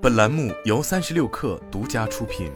本栏目由36氪独家出品。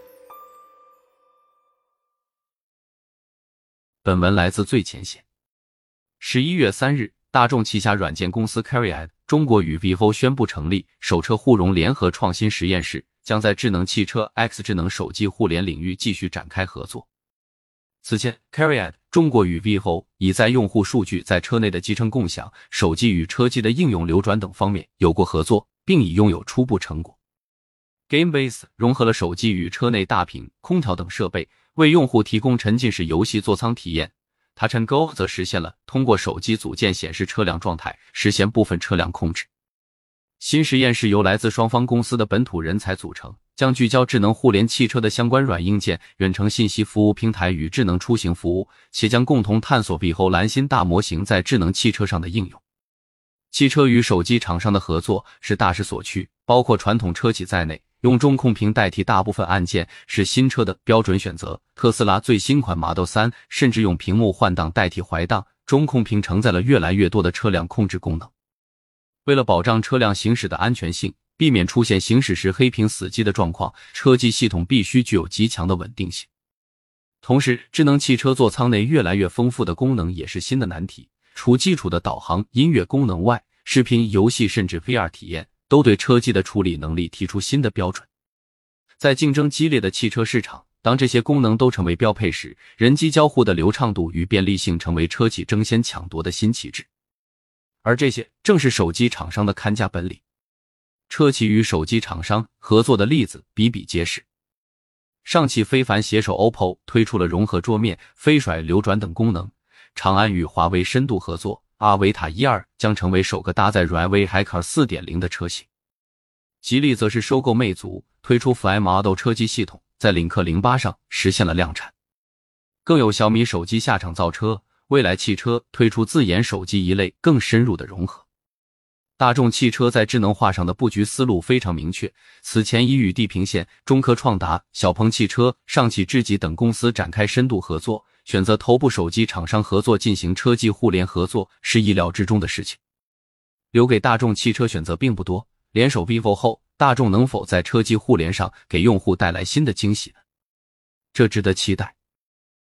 本文来自最前线。11月3日，大众旗下软件公司 CARIAD 中国与 vivo 宣布成立手车互融联合创新实验室，将在智能汽车、X 智能手机互联领域继续展开合作。此前 CARIAD 中国与 vivo 已在用户数据在车内的集成共享、手机与车机的应用流转等方面有过合作，并已拥有初步成果。GameBase 融合了手机与车内大屏、空调等设备，为用户提供沉浸式游戏座舱体验。Touch and Go 则实现了通过手机组件显示车辆状态，实现部分车辆控制。新实验室由来自双方公司的本土人才组成，将聚焦智能互联汽车的相关软硬件、远程信息服务平台与智能出行服务，且将共同探索 vivo 蓝芯大模型在智能汽车上的应用。汽车与手机厂商的合作是大势所趋，包括传统车企在内，用中控屏代替大部分按键是新车的标准选择。特斯拉最新款 Model 3甚至用屏幕换挡代替怀档，中控屏承载了越来越多的车辆控制功能。为了保障车辆行驶的安全性，避免出现行驶时黑屏死机的状况，车机系统必须具有极强的稳定性。同时，智能汽车座舱内越来越丰富的功能也是新的难题，除基础的导航、音乐功能外，视频、游戏甚至 VR 体验都对车机的处理能力提出新的标准。在竞争激烈的汽车市场，当这些功能都成为标配时，人机交互的流畅度与便利性成为车企争先抢夺的新旗帜。而这些正是手机厂商的看家本领。车企与手机厂商合作的例子比比皆是。上汽非凡携手 OPPO 推出了融合桌面、飞甩流转等功能，长安与华为深度合作，阿维塔12将成为首个搭载软 Hi-Car 4.0 的车型。吉利则是收购魅族，推出 Fly Model 车机系统，在领克08上实现了量产。更有小米手机下场造车，蔚来汽车推出自研手机一类更深入的融合。大众汽车在智能化上的布局思路非常明确，此前已与地平线、中科创达、小鹏汽车、上汽智己等公司展开深度合作，选择头部手机厂商合作进行车机互联合作是意料之中的事情。留给大众汽车选择并不多，联手 vivo 后，大众能否在车机互联上给用户带来新的惊喜呢？这值得期待。